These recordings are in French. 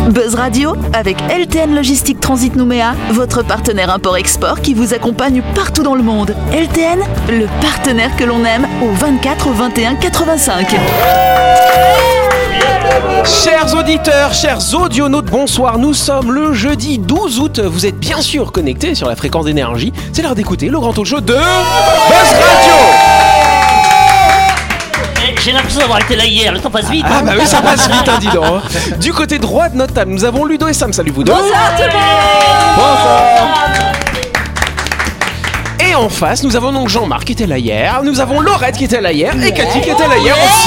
Buzz Radio, avec LTN Logistique Transit Nouméa, votre partenaire import-export qui vous accompagne partout dans le monde. LTN, le partenaire que l'on aime, au 24 21 85. Chers auditeurs, chers audionautes, bonsoir. Nous sommes le jeudi 12 août. Vous êtes bien sûr connectés sur la fréquence d'énergie. C'est l'heure d'écouter le grand talk show de Buzz Radio. J'ai l'impression d'avoir été là hier, le temps passe vite. Ah bah oui, ça passe vite, dis donc. Du côté droit de notre table, nous avons Ludo et Sam. Salut vous deux. Bonsoir tout le monde. Bonsoir. Et en face, nous avons donc Jean-Marc qui était là hier. Nous avons Laurette qui était là hier et Cathy qui était là hier aussi.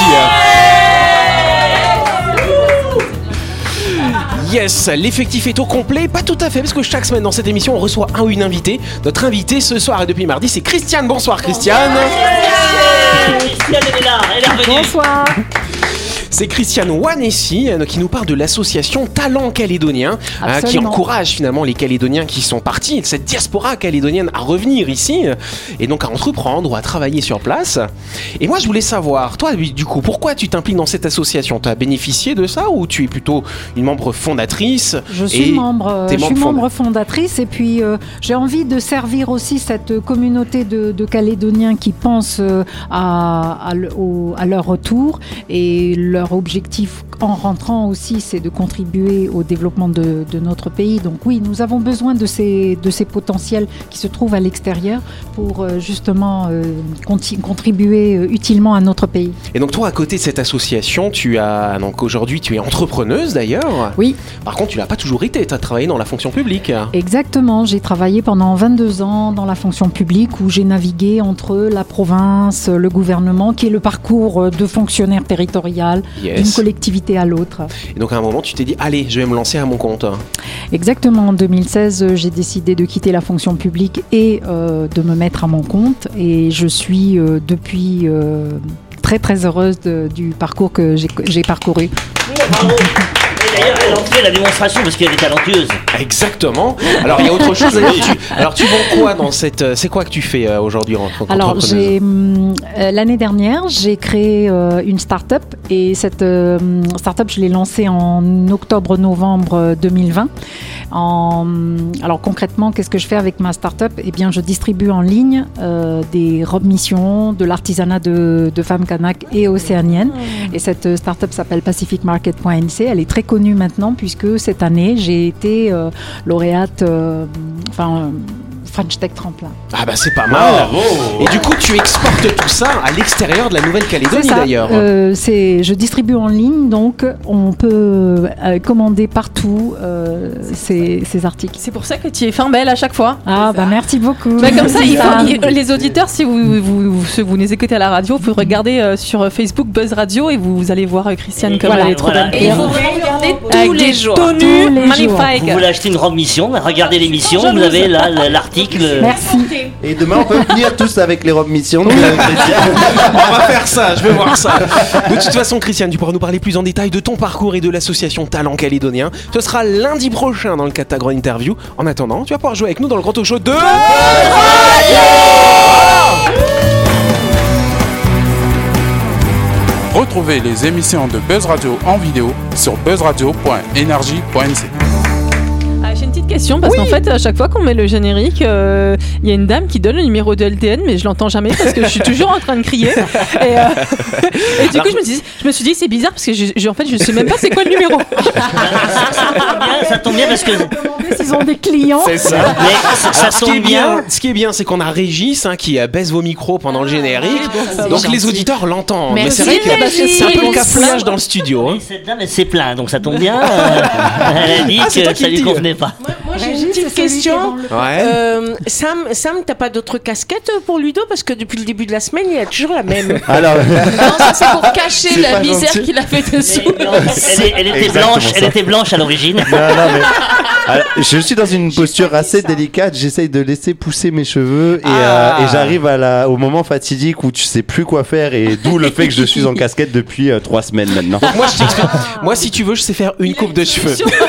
Yes, l'effectif est au complet, pas tout à fait, parce que chaque semaine dans cette émission, on reçoit un ou une invitée. Notre invitée ce soir et depuis mardi, c'est Christiane. Bonsoir Christiane. Christiane, elle est là, elle est revenue. Bonsoir. C'est Christiane Wanessi qui nous parle de l'association Talent Calédonien, qui encourage finalement les Calédoniens qui sont partis, cette diaspora calédonienne, à revenir ici et donc à entreprendre ou à travailler sur place. Et moi je voulais savoir, toi du coup, pourquoi tu t'impliques dans cette association? Tu as bénéficié de ça ou tu es plutôt une membre fondatrice? Je suis membre fondatrice et puis j'ai envie de servir aussi cette communauté de Calédoniens qui pensent à leur retour, et leur objectif en rentrant aussi, c'est de contribuer au développement de notre pays. Donc oui, nous avons besoin de ces potentiels qui se trouvent à l'extérieur pour justement contribuer utilement à notre pays. Et donc toi, à côté de cette association, donc aujourd'hui tu es entrepreneuse d'ailleurs. Oui. Par contre, tu l'as pas toujours été, tu as travaillé dans la fonction publique. Exactement, j'ai travaillé pendant 22 ans dans la fonction publique où j'ai navigué entre la province, le gouvernement, qui est le parcours de fonctionnaire territorial, d'une collectivité à l'autre. Et donc à un moment, tu t'es dit, allez, je vais me lancer à mon compte. Exactement, en 2016, j'ai décidé de quitter la fonction publique et de me mettre à mon compte. Et je suis depuis très très heureuse du parcours que j'ai parcouru. Bravo. Et d'ailleurs, elle en fait la démonstration parce qu'elle est talentueuse. Exactement. Alors, il y a autre chose. Alors, tu vends quoi dans cette... C'est quoi que tu fais aujourd'hui en tant qu'entrepreneuse? Alors, l'année dernière, j'ai créé une start-up. Et cette start-up, je l'ai lancée en octobre-novembre 2020. Alors, concrètement, qu'est-ce que je fais avec ma start-up? Eh bien, je distribue en ligne des robes missions, de l'artisanat de femmes kanak et océaniennes. Et cette start-up s'appelle pacificmarket.nc. Elle est très connue maintenant puisque cette année, j'ai été lauréate, French Tech Tremplin. Ah bah c'est pas mal. Et du coup, tu exportes tout ça à l'extérieur de la Nouvelle-Calédonie d'ailleurs. Je distribue en ligne, donc on peut commander partout ces articles. C'est pour ça que tu es fin belle à chaque fois. Ah bah merci beaucoup. Bah, comme ça, les auditeurs, si vous nous écoutez à la radio, vous pouvez regarder sur Facebook Buzz Radio et vous allez voir Christiane comme elle est trop belle. Et il faut regarder tous les jours. Tenues magnifiques. Vous voulez acheter une robe mission, regardez l'émission, vous avez là l'article. Merci. Et demain on peut venir tous avec les robes mission. On va faire ça, je vais voir ça. De toute façon, Christiane, tu pourras nous parler plus en détail de ton parcours et de l'association Talent Calédonien. Ce sera lundi prochain dans le cadre de ta grande interview. En attendant, tu vas pouvoir jouer avec nous dans le grand talk show de Retrouvez les émissions de Buzz Radio en vidéo sur buzzradio.energie.nc. J'ai une petite question parce qu'en fait, à chaque fois qu'on met le générique, il y a une dame qui donne le numéro de LTN, mais je l'entends jamais parce que je suis toujours en train de crier. Et du coup, je me suis dit, c'est bizarre parce que en fait, je sais même pas c'est quoi le numéro. Ça tombe bien parce que s'ils ont des clients. C'est ça. Ça tombe bien. Ce qui est bien, c'est qu'on a Régis qui baisse vos micros pendant le générique, donc les auditeurs l'entendent. Mais c'est vrai que c'est un peu le cafouillage dans le studio. Cette dame, elle s'est plainte, donc ça tombe bien. Elle a dit que ça lui convenait pas. Moi j'ai une petite question. Sam, t'as pas d'autre casquette pour Ludo parce que depuis le début de la semaine, il y a toujours la même. Alors, non, ça c'est pour cacher la misère qu'il a fait dessous. Elle était blanche à l'origine. Non, mais alors, je suis dans une posture assez délicate. J'essaye de laisser pousser mes cheveux et j'arrive au moment fatidique où tu sais plus quoi faire, et d'où le fait que je suis en casquette depuis 3 semaines maintenant. Donc moi, je t'explique. Moi, si tu veux, je sais faire une coupe de cheveux.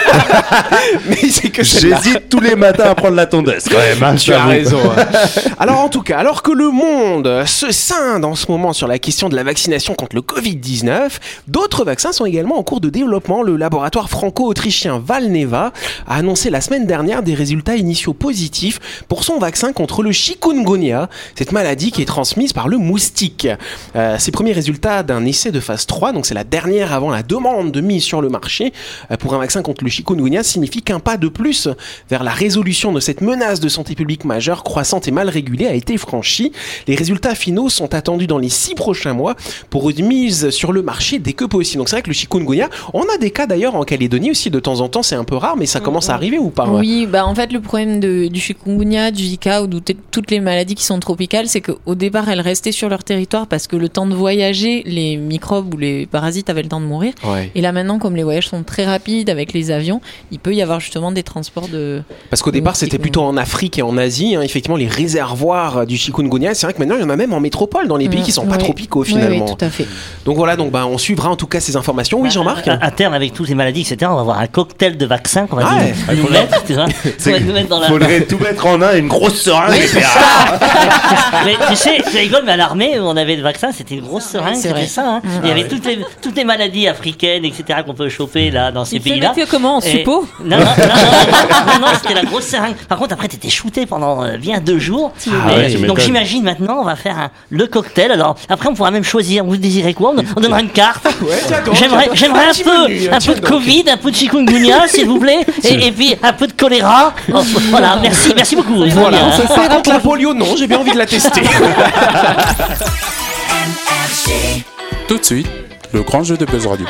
Mais c'est que celle-là. J'hésite tous les matins à prendre la tondeuse quand même. Hein, tu as raison. Alors en tout cas, alors que le monde se scinde en ce moment sur la question de la vaccination contre le Covid-19, d'autres vaccins sont également en cours de développement. Le laboratoire franco-autrichien Valneva a annoncé la semaine dernière des résultats initiaux positifs pour son vaccin contre le chikungunya, cette maladie qui est transmise par le moustique. Ces premiers résultats d'un essai de phase 3, donc c'est la dernière avant la demande de mise sur le marché pour un vaccin contre le chikungunya, signifie qu'un pas de plus vers la résolution de cette menace de santé publique majeure, croissante et mal régulée a été franchi. Les résultats finaux sont attendus dans les 6 prochains mois pour une mise sur le marché dès que possible. Donc c'est vrai que le chikungunya, on a des cas d'ailleurs en Calédonie aussi de temps en temps, c'est un peu rare, mais ça commence à arriver ou pas? Oui, bah en fait le problème du chikungunya, du Zika ou de toutes les maladies qui sont tropicales, c'est qu'au départ elles restaient sur leur territoire parce que le temps de voyager, les microbes ou les parasites avaient le temps de mourir. Ouais. Et là maintenant, comme les voyages sont très rapides avec les avions, il peut y avoir justement des transports de... Parce qu'au départ c'était plutôt en Afrique et en Asie, hein, effectivement les réservoirs du chikungunya, c'est vrai que maintenant il y en a même en métropole, dans les pays qui sont pas tropicaux finalement. Oui, tout à fait. Donc voilà, donc on suivra en tout cas ces informations. Oui, Jean-Marc. À terme, avec toutes les maladies, etc., on va avoir un cocktail de vaccins qu'on va nous mettre. Faudrait tout mettre en un, une grosse seringue. Mais tu sais, tu rigoles, mais à l'armée, on avait le vaccin, c'était une grosse seringue, c'était ça. Hein. Il y avait toutes les maladies africaines, etc., qu'on peut choper là dans ces pays-là. Tu comment en suppôt? Non, c'était la grosse seringue. Par contre, après, t'étais shooté pendant bien 2 jours. Donc j'imagine maintenant, on va faire le cocktail. Alors après, on pourra même choisir. Vous désirez quoi? On donnera une carte. J'aimerais un peu de Covid, un peu de chikungunya, s'il vous plaît, et puis un peu de choléra. Voilà, merci beaucoup. Voilà. Par contre, la polio, non, j'ai bien envie de la tester. Tout de suite, le grand jeu de Buzz Radio.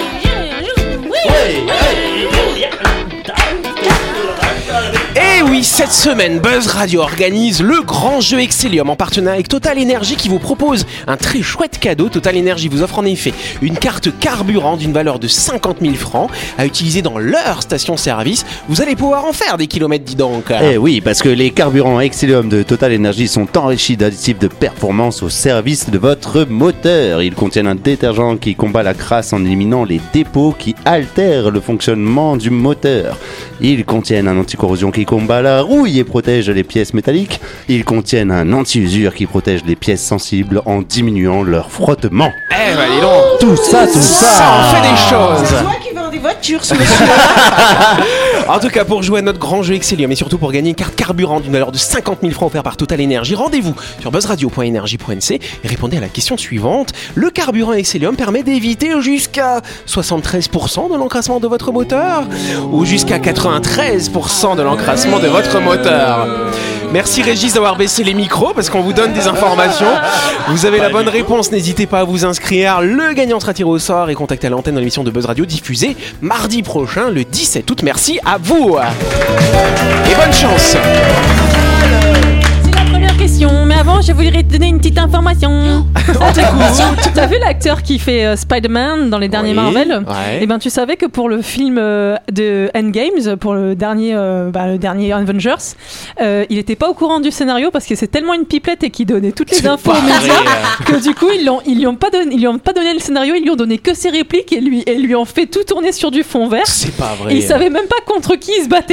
Et oui, cette semaine, Buzz Radio organise le grand jeu Excellium en partenariat avec Total Energy qui vous propose un très chouette cadeau. Total Energy vous offre en effet une carte carburant d'une valeur de 50 000 francs à utiliser dans leur station-service. Vous allez pouvoir en faire des kilomètres, dis donc. Eh oui, parce que les carburants Excellium de Total Energy sont enrichis d'additifs de performance au service de votre moteur. Ils contiennent un détergent qui combat la crasse en éliminant les dépôts qui altèrent le fonctionnement du moteur. Ils contiennent un anticorrosion qui combat la rouille et protège les pièces métalliques. Ils contiennent un anti-usure qui protège les pièces sensibles en diminuant leur frottement. Eh ben dis donc, tout ça on fait des choses. C'est toi qui vends des voitures, ce monsieur. En tout cas, pour jouer à notre grand jeu Excellium et surtout pour gagner une carte carburant d'une valeur de 50 000 francs offerte par Total Energy, rendez-vous sur buzzradio.energie.nc et répondez à la question suivante. Le carburant Excellium permet d'éviter jusqu'à 73% de l'encrassement de votre moteur ou jusqu'à 93% de l'encrassement de votre moteur. Merci Régis d'avoir baissé les micros parce qu'on vous donne des informations. Vous avez la bonne réponse, n'hésitez pas à vous inscrire. Le gagnant sera tiré au sort et contacté à l'antenne dans l'émission de Buzz Radio diffusée mardi prochain, le 17 août. Merci à vous et bonne chance. C'est la première question, mais avant je voudrais te donner une petite information. T'as vu l'acteur qui fait Spider-Man dans les derniers Marvel? Et ben tu savais que pour le film de Endgames, pour le dernier Avengers, il était pas au courant du scénario parce que c'est tellement une pipelette et qu'il donnait toutes les infos aux médias que du coup ils lui ont pas donné le scénario, ils lui ont donné que ses répliques et lui ont fait tout tourner sur du fond vert. C'est pas vrai. Et il savait même pas contre qui il se battait.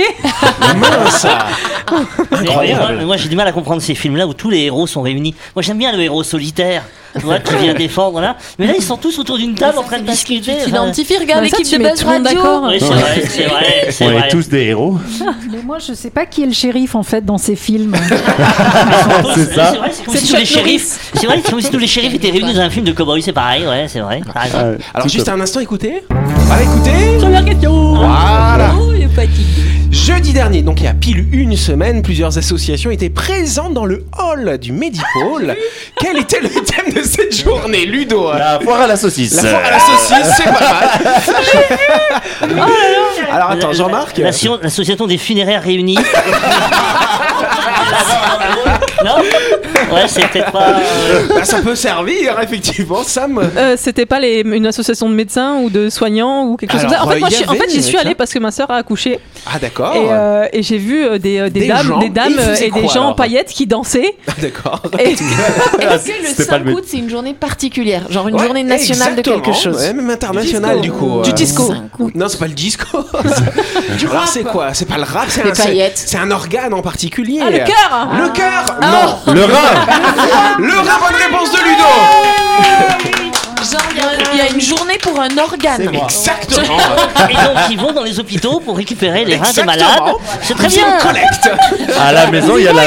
Moi j'ai du mal à comprendre ces films-là où tous les héros sont réunis. Moi j'aime bien le héros solitaire, qui vient défendre là. Mais là ils sont tous autour d'une table en train de discuter. Tu t'identifies, regarde l'équipe de Buzz Radio. Oui, c'est vrai. On est tous des héros. Mais moi je sais pas qui est le shérif en fait dans ces films. C'est ça. C'est vrai, c'est comme si tous les shérifs. C'est vrai, c'est comme si tous les shérifs étaient réunis dans un film de cowboy. C'est pareil, c'est vrai. Alors juste un instant, écoutez. Allez, écoutez. Première question. Voilà. Oh, il est fatigué. Jeudi dernier, donc il y a pile une semaine, plusieurs associations étaient présentes dans le hall du Medipôle. Quel était le thème de cette journée, Ludo? La foire à la saucisse. La foire à la saucisse, c'est pas mal. Alors attends, Jean-Marc. L'association des funéraires réunis. Non. Ouais, c'est peut-être pas. Ça peut servir, effectivement, Sam. C'était pas une association de médecins ou de soignants ou quelque chose comme ça. En fait, j'y suis allée parce que ma sœur a accouché. Ah, d'accord. Et j'ai vu des dames et des gens en paillettes qui dansaient. Ah, d'accord. Est-ce que le 5 août, c'est une journée particulière? Genre une journée nationale de quelque chose? Ouais, même internationale, du coup. Du disco. Non, c'est pas le disco. Alors, c'est quoi? C'est pas le rap, c'est c'est un organe en particulier. Ah, le cœur. Le cœur. Non. Le rein. Le rein, bonne réponse de Ludo. Genre, il y a une journée pour un organe. Exactement. Et donc, ils vont dans les hôpitaux pour récupérer les reins des malades. C'est très bien. Collecte. À la maison, il y a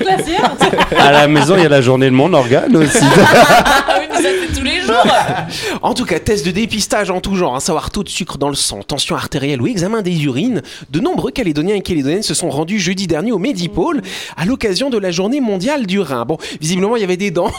la journée de mon organe aussi. Oui, mais ça fait tous les jours. En tout cas, test de dépistage en tout genre, savoir taux de sucre dans le sang, tension artérielle ou examen des urines. De nombreux Calédoniens et Calédoniennes se sont rendus jeudi dernier au Medipôle à l'occasion de la journée mondiale du rein. Bon, visiblement, il y avait des dents.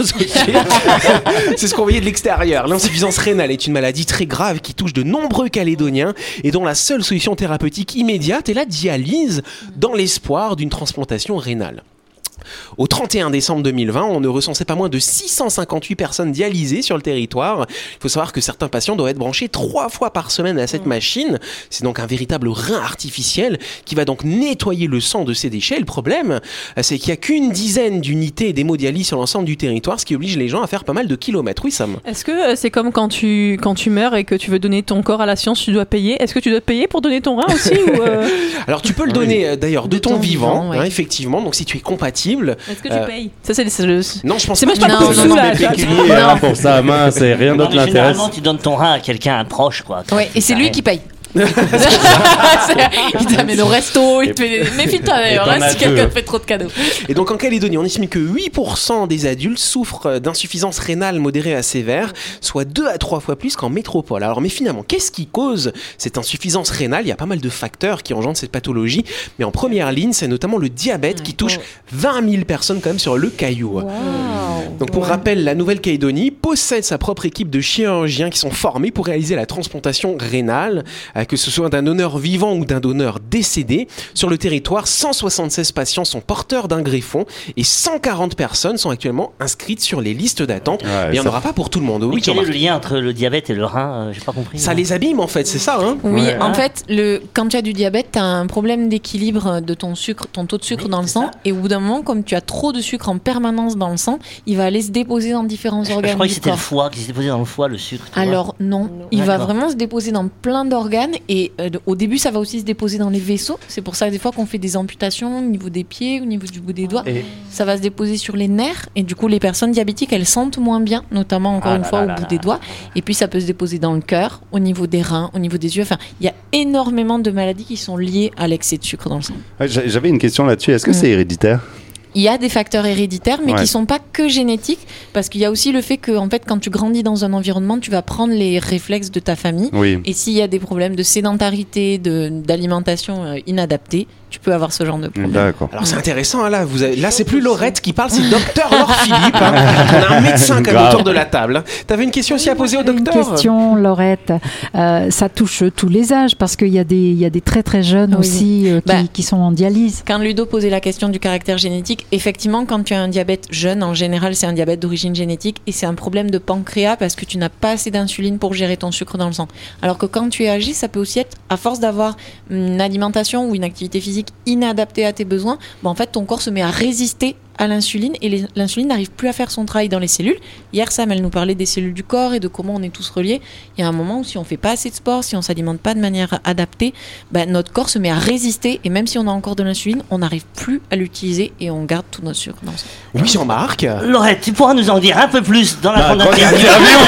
C'est ce qu'on voyait de l'extérieur. L'insuffisance rénale est une maladie très grave qui touche de nombreux Calédoniens et dont la seule solution thérapeutique immédiate est la dialyse dans l'espoir d'une transplantation rénale. Au 31 décembre 2020, on ne recensait pas moins de 658 personnes dialysées sur le territoire. Il faut savoir que certains patients doivent être branchés 3 fois par semaine à cette machine. C'est donc un véritable rein artificiel qui va donc nettoyer le sang de ces déchets. Le problème, c'est qu'il n'y a qu'une dizaine d'unités d'hémodialyse sur l'ensemble du territoire, ce qui oblige les gens à faire pas mal de kilomètres. Oui, Sam. Est-ce que c'est comme quand tu meurs et que tu veux donner ton corps à la science, tu dois payer? Est-ce que tu dois payer pour donner ton rein aussi ou Alors, tu peux le donner d'ailleurs de ton vivant, ouais. Effectivement. Donc, si tu es compatible. Est-ce que tu payes? Ça, c'est le... Non, je pense c'est pas. C'est pas non, pécunier pour ça, mince, et rien d'autre l'intéresse. Généralement, tu donnes ton rein à quelqu'un, un proche, quoi. Ouais, et c'est lui qui paye. Il t'amène au resto, il te fait méfie-toi d'ailleurs si quelqu'un te fait trop de cadeaux. Et donc en Calédonie, on estime que 8% des adultes souffrent d'insuffisance rénale modérée à sévère, soit 2 à 3 fois plus qu'en métropole. Alors mais finalement, qu'est-ce qui cause cette insuffisance rénale? Il y a pas mal de facteurs qui engendrent cette pathologie, mais en première ligne, c'est notamment le diabète qui touche 20 000 personnes quand même sur le Caillou. Wow. Donc pour rappel, la Nouvelle-Calédonie possède sa propre équipe de chirurgiens qui sont formés pour réaliser la transplantation rénale, que ce soit d'un donneur vivant ou d'un donneur décédé. Sur le territoire, 176 patients sont porteurs d'un greffon et 140 personnes sont actuellement inscrites sur les listes d'attente. Ouais, mais il n'y en aura pas pour tout le monde. Oui, quel est le lien entre le diabète et le rein? J'ai pas compris. Ça les abîme en fait, c'est ça hein? Oui, en fait, quand tu as du diabète, tu as un problème d'équilibre de ton taux de sucre dans le sang. Et au bout d'un moment, comme tu as trop de sucre en permanence dans le sang, il va aller se déposer dans différents organes. Je croyais que c'était le foie, qui s'est déposé dans le foie, le sucre. Alors non, il va vraiment se déposer dans plein d'organes. Et au début, ça va aussi se déposer dans les vaisseaux. C'est pour ça, des fois, qu'on fait des amputations au niveau des pieds, au niveau du bout des doigts. Ça va se déposer sur les nerfs. Et du coup, les personnes diabétiques, elles sentent moins bien, notamment, encore une fois, au bout des doigts. Et puis, ça peut se déposer dans le cœur, au niveau des reins, au niveau des yeux. Enfin, il y a énormément de maladies qui sont liées à l'excès de sucre dans le sang. J'avais une question là-dessus. Est-ce que c'est héréditaire? Il y a des facteurs héréditaires, mais qui ne sont pas que génétiques, parce qu'il y a aussi le fait que, en fait, quand tu grandis dans un environnement, tu vas prendre les réflexes de ta famille. Oui. Et s'il y a des problèmes de sédentarité, d'alimentation inadaptée, tu peux avoir ce genre de problème. D'accord. Alors c'est intéressant, hein, là, là c'est plus Laurette qui parle, c'est docteur Laure Philippe. Hein. On a un médecin quand même autour de la table. Tu avais une question aussi à poser au docteur? Une question, Laurette. Ça touche tous les âges, parce qu'il y a des très très jeunes aussi qui sont en dialyse. Quand Ludo posait la question du caractère génétique, effectivement, quand tu as un diabète jeune, en général, c'est un diabète d'origine génétique et c'est un problème de pancréas parce que tu n'as pas assez d'insuline pour gérer ton sucre dans le sang. Alors que quand tu es âgé, ça peut aussi être, à force d'avoir une alimentation ou une activité physique inadaptée à tes besoins, en fait, ton corps se met à résister à l'insuline et l'insuline n'arrive plus à faire son travail dans les cellules. Hier, Sam, elle nous parlait des cellules du corps et de comment on est tous reliés. Il y a un moment où si on ne fait pas assez de sport, si on ne s'alimente pas de manière adaptée, notre corps se met à résister et même si on a encore de l'insuline, on n'arrive plus à l'utiliser et on garde tout notre sucre dans le sang. Oui, Jean-Marc. Laurette, tu pourras nous en dire un peu plus dans la grande interview.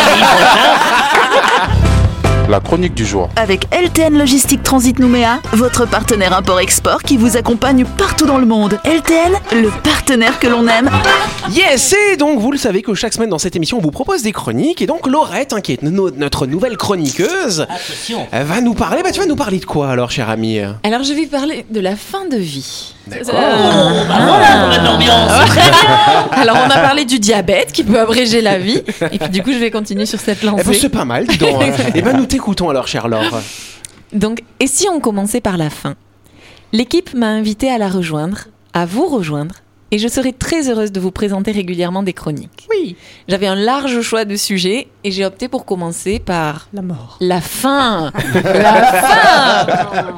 La chronique du jour. Avec LTN Logistique Transit Nouméa, votre partenaire import-export qui vous accompagne partout dans le monde. LTN, le partenaire que l'on aime. Yes, et donc vous le savez que chaque semaine dans cette émission on vous propose des chroniques et donc Laurette, qui est notre nouvelle chroniqueuse, va nous parler. Tu vas nous parler de quoi alors, cher ami? Alors je vais parler de la fin de vie. D'accord. Voilà, on a de l'ambiance. Alors on a parlé du diabète qui peut abréger la vie et puis du coup je vais continuer sur cette lancée. C'est pas mal, dis donc. Nous t'écoutons alors, chère Laure. Donc, et si on commençait par la fin? L'équipe m'a invité à la rejoindre, à vous rejoindre, Et je serai très heureuse de vous présenter régulièrement des chroniques. Oui. J'avais un large choix de sujets et j'ai opté pour commencer par... La mort. La fin. La fin.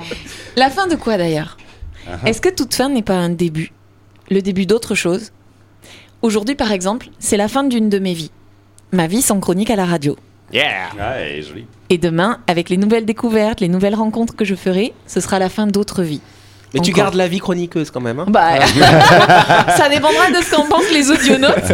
La fin de quoi d'ailleurs ? Est-ce que toute fin n'est pas un début ? Le début d'autre chose ? Aujourd'hui par exemple, c'est la fin d'une de mes vies. Ma vie sans chronique à la radio. Yeah. Ouais, joli. Et demain, avec les nouvelles découvertes, les nouvelles rencontres que je ferai, ce sera la fin d'autres vies. Mais tu Encore. gardes la vie chroniqueuse quand même. Hein Bah, ça dépendra de ce qu'en pensent les audionautes.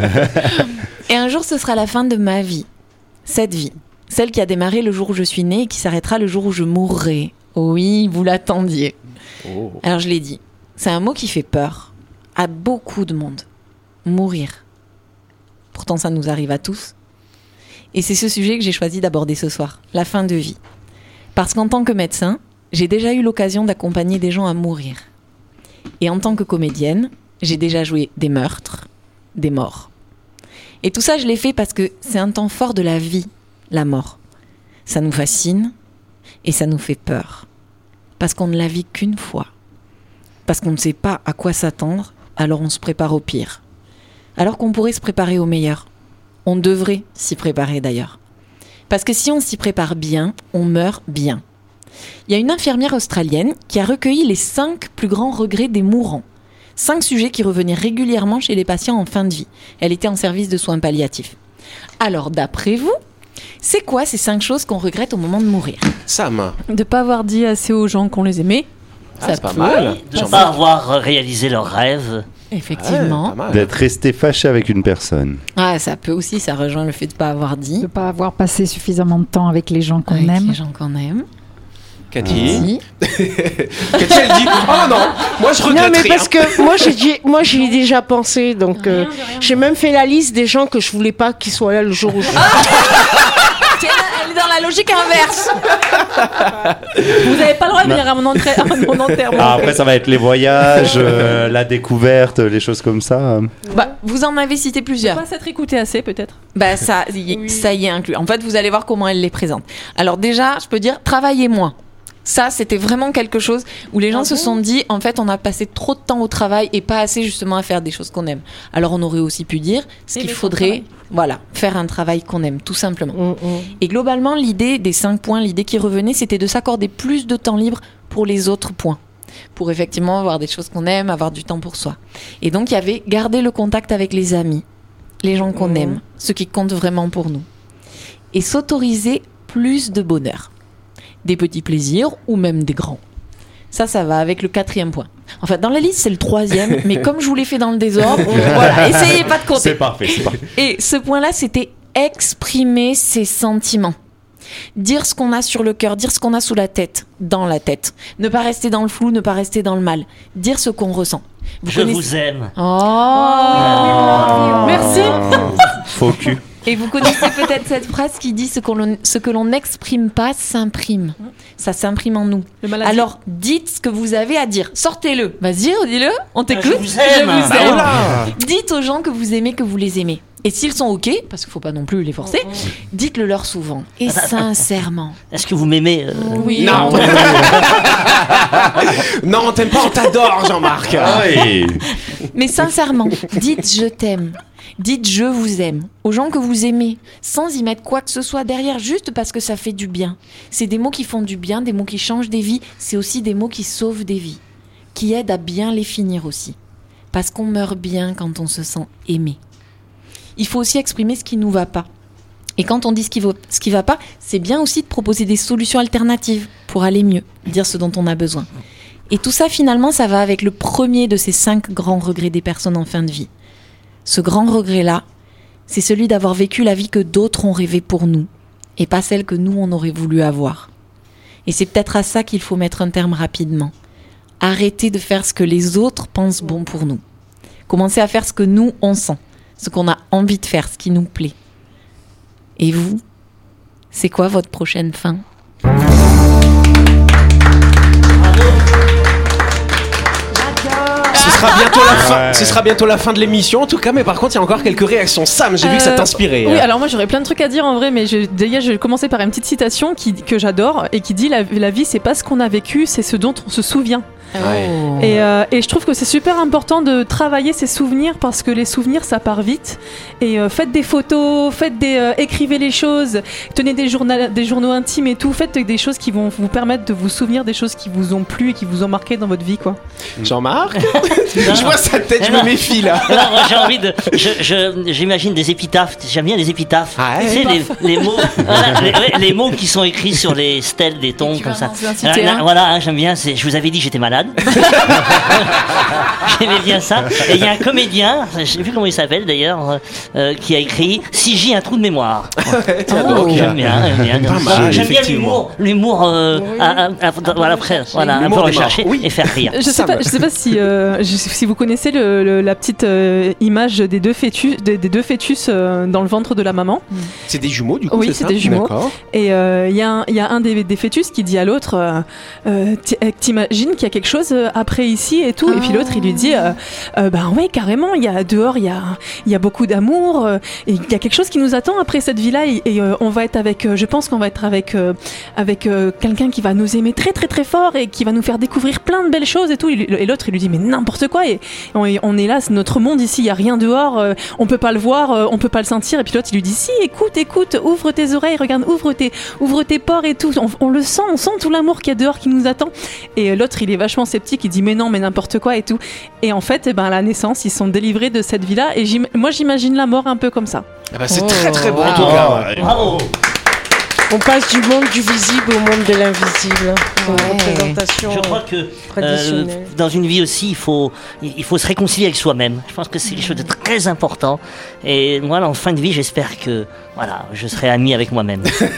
Et un jour, ce sera la fin de ma vie. Cette vie. Celle qui a démarré le jour où je suis née et qui s'arrêtera le jour où je mourrai. Oui, vous l'attendiez. Oh. Alors, je l'ai dit. C'est un mot qui fait peur à beaucoup de monde. Mourir. Pourtant, ça nous arrive à tous. Et c'est ce sujet que j'ai choisi d'aborder ce soir. La fin de vie. Parce qu'en tant que médecin, j'ai déjà eu l'occasion d'accompagner des gens à mourir. Et en tant que comédienne, j'ai déjà joué des meurtres, des morts. Et tout ça, je l'ai fait parce que c'est un temps fort de la vie, la mort. Ça nous fascine et ça nous fait peur. Parce qu'on ne la vit qu'une fois. Parce qu'on ne sait pas à quoi s'attendre, alors on se prépare au pire. Alors qu'on pourrait se préparer au meilleur. On devrait s'y préparer d'ailleurs. Parce que si on s'y prépare bien, on meurt bien. Il y a une infirmière australienne qui a recueilli les 5 plus grands regrets des mourants. 5 sujets qui revenaient régulièrement chez les patients en fin de vie. Elle était en service de soins palliatifs. Alors, d'après vous, c'est quoi ces 5 choses qu'on regrette au moment de mourir ? Sam. De pas avoir dit assez aux gens qu'on les aimait. C'est pas mal. De ne pas avoir réalisé leurs rêves. Effectivement. Ouais, pas mal. D'être resté fâché avec une personne. Ah, ça peut aussi, ça rejoint le fait de ne pas avoir dit. De ne pas avoir passé suffisamment de temps avec les gens qu'on Avec aime. les gens qu'on aime. Cathy. Cathy. Cathy, elle dit oh non, moi je regrette Non, mais rien. parce que moi j'y ai déjà pensé, donc j'ai même fait la liste des gens que je voulais pas qu'ils soient là le jour où je... Elle est dans la logique inverse. Vous n'avez pas le droit de venir à mon enterrement. Ah, après, ça va être les voyages, la découverte, les choses comme ça. Bah, vous en avez cité plusieurs. Pas s'être écouté assez, peut-être. Bah, ça y est inclus. En fait, vous allez voir comment elle les présente. Alors déjà, je peux dire, travaillez moins. Ça, c'était vraiment quelque chose où les gens se sont dit, en fait, on a passé trop de temps au travail et pas assez justement à faire des choses qu'on aime. Alors, on aurait aussi pu dire ce qu'il faudrait, voilà, faire un travail qu'on aime, tout simplement. Et globalement, l'idée des 5 points, l'idée qui revenait, c'était de s'accorder plus de temps libre pour les autres points. Pour effectivement avoir des choses qu'on aime, avoir du temps pour soi. Et donc, il y avait garder le contact avec les amis, les gens qu'on aime, ceux qui comptent vraiment pour nous. Et s'autoriser plus de bonheur. Des petits plaisirs ou même des grands. Ça va avec le 4e point. En fait, dans la liste, c'est le 3e, mais comme je vous l'ai fait dans le désordre, voilà, essayez pas de compter. C'est parfait, c'est parfait. Et ce point-là, c'était exprimer ses sentiments. Dire ce qu'on a sur le cœur, dire ce qu'on a sous la tête, dans la tête. Ne pas rester dans le flou, ne pas rester dans le mal. Dire ce qu'on ressent. Vous aime. Oh, Merci. Faux cul. Et vous connaissez peut-être cette phrase qui dit ce que l'on n'exprime pas s'imprime. Ça s'imprime en nous. Alors dites ce que vous avez à dire. Sortez-le. Vas-y, dis-le. On t'écoute. Je vous aime. Dites aux gens que vous aimez, que vous les aimez. Et s'ils sont OK, parce qu'il ne faut pas non plus les forcer, dites-le leur souvent et sincèrement. Est-ce que vous m'aimez Oui. Non. Non, t'aimes pas, on t'adore, Jean-Marc. Oui. Mais sincèrement, dites je t'aime. Dites je vous aime aux gens que vous aimez, sans y mettre quoi que ce soit derrière, juste parce que ça fait du bien. C'est des mots qui font du bien, des mots qui changent des vies. C'est aussi des mots qui sauvent des vies, qui aident à bien les finir aussi. Parce qu'on meurt bien quand on se sent aimé. Il faut aussi exprimer ce qui nous va pas. Et quand on dit ce qui va pas, c'est bien aussi de proposer des solutions alternatives pour aller mieux, dire ce dont on a besoin. Et tout ça, finalement, ça va avec le premier de ces 5 grands regrets des personnes en fin de vie. Ce grand regret-là, c'est celui d'avoir vécu la vie que d'autres ont rêvé pour nous, et pas celle que nous, on aurait voulu avoir. Et c'est peut-être à ça qu'il faut mettre un terme rapidement. Arrêter de faire ce que les autres pensent bon pour nous. Commencer à faire ce que nous, on sent, ce qu'on a envie de faire, ce qui nous plaît. Et vous, c'est quoi votre prochaine fin ? Ce sera bientôt la fin de l'émission en tout cas, mais par contre il y a encore quelques réactions. Sam, j'ai vu que ça t'inspirait. Oui, alors moi j'aurais plein de trucs à dire en vrai, mais je vais commencer par une petite citation que j'adore et qui dit la vie c'est pas ce qu'on a vécu, c'est ce dont on se souvient. Et je trouve que c'est super important de travailler ses souvenirs parce que les souvenirs ça part vite. Et faites des photos, écrivez les choses, tenez des journaux intimes et tout, faites des choses qui vont vous permettre de vous souvenir des choses qui vous ont plu et qui vous ont marqué dans votre vie, quoi. Jean-Marc, je vois sa tête, je me méfie là. Alors, j'ai envie de, j'imagine des épitaphes. J'aime bien les épitaphes. Tu sais, les mots, les mots qui sont écrits sur les stèles des tombes comme ça. Voilà, j'aime bien. Je vous avais dit que j'étais malade. J'aimais bien ça. Et il y a un comédien, je sais plus comment il s'appelle d'ailleurs, qui a écrit Si j'ai un trou de mémoire. J'aime bien. J'aime bien l'humour. Voilà, un peu recherché et faire rire. Je sais pas si vous connaissez la petite image des deux fœtus dans le ventre de la maman. C'est des jumeaux du coup. Oui, c'est des jumeaux. D'accord. Et il y a un des fœtus qui dit à l'autre t'imagines qu'il y a quelque chose après ici et tout. Et puis l'autre il lui dit ouais, carrément, il y a dehors il y a beaucoup d'amour et il y a quelque chose qui nous attend après cette vie là et on va être je pense qu'on va être avec quelqu'un qui va nous aimer très très très fort et qui va nous faire découvrir plein de belles choses et tout. Et l'autre il lui dit mais n'importe quoi, et on est là, c'est notre monde ici, il y a rien dehors, on peut pas le voir, on peut pas le sentir. Et puis l'autre il lui dit si, écoute, ouvre tes oreilles, regarde, ouvre tes pores et tout, on le sent, on sent tout l'amour qu'il y a dehors qui nous attend. Et l'autre il est vachement sceptique, il dit mais non, mais n'importe quoi et tout. Et en fait à la naissance ils sont délivrés de cette vie là et moi j'imagine la mort un peu comme ça. C'est très très bon en tout cas. Bravo. On passe du monde du visible au monde de l'invisible. Une représentation. Je crois que dans une vie aussi, il faut se réconcilier avec soi-même. Je pense que c'est quelque chose de très important. Et moi, en fin de vie, j'espère que je serai ami avec moi-même.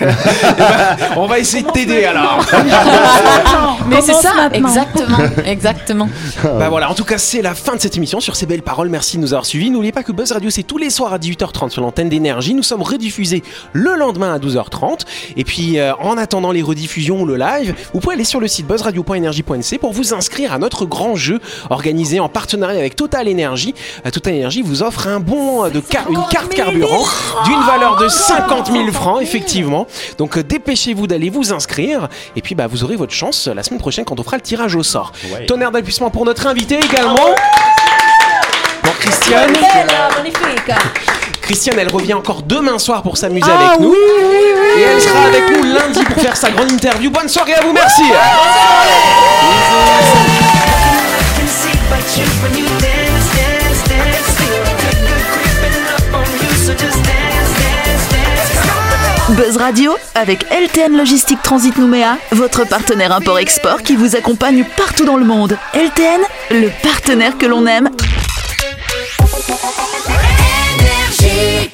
On va essayer de t'aider alors. Mais c'est ça, exactement. Voilà, en tout cas, c'est la fin de cette émission. Sur ces belles paroles, merci de nous avoir suivis. N'oubliez pas que Buzz Radio, c'est tous les soirs à 18h30 sur l'antenne d'Énergie. Nous sommes rediffusés le lendemain à 12h30. Et puis, en attendant les rediffusions ou le live, vous pouvez aller sur le site buzzradio.energie.nc pour vous inscrire à notre grand jeu organisé en partenariat avec Total Energy. Total Energy vous offre un bon une carte carburant d'une valeur de 50 000 francs, effectivement. Donc, dépêchez-vous d'aller vous inscrire. Et puis, vous aurez votre chance la semaine prochaine quand on fera le tirage au sort. Ouais. Tonnerre d'applaudissements pour notre invité également. Pour Christiane. Christiane, elle revient encore demain soir pour s'amuser avec nous. Et elle sera avec nous lundi pour faire sa grande interview. Bonne soirée à vous, merci. Buzz Radio avec LTN Logistique Transit Nouméa, votre partenaire import-export qui vous accompagne partout dans le monde. LTN, le partenaire que l'on aime. Énergie.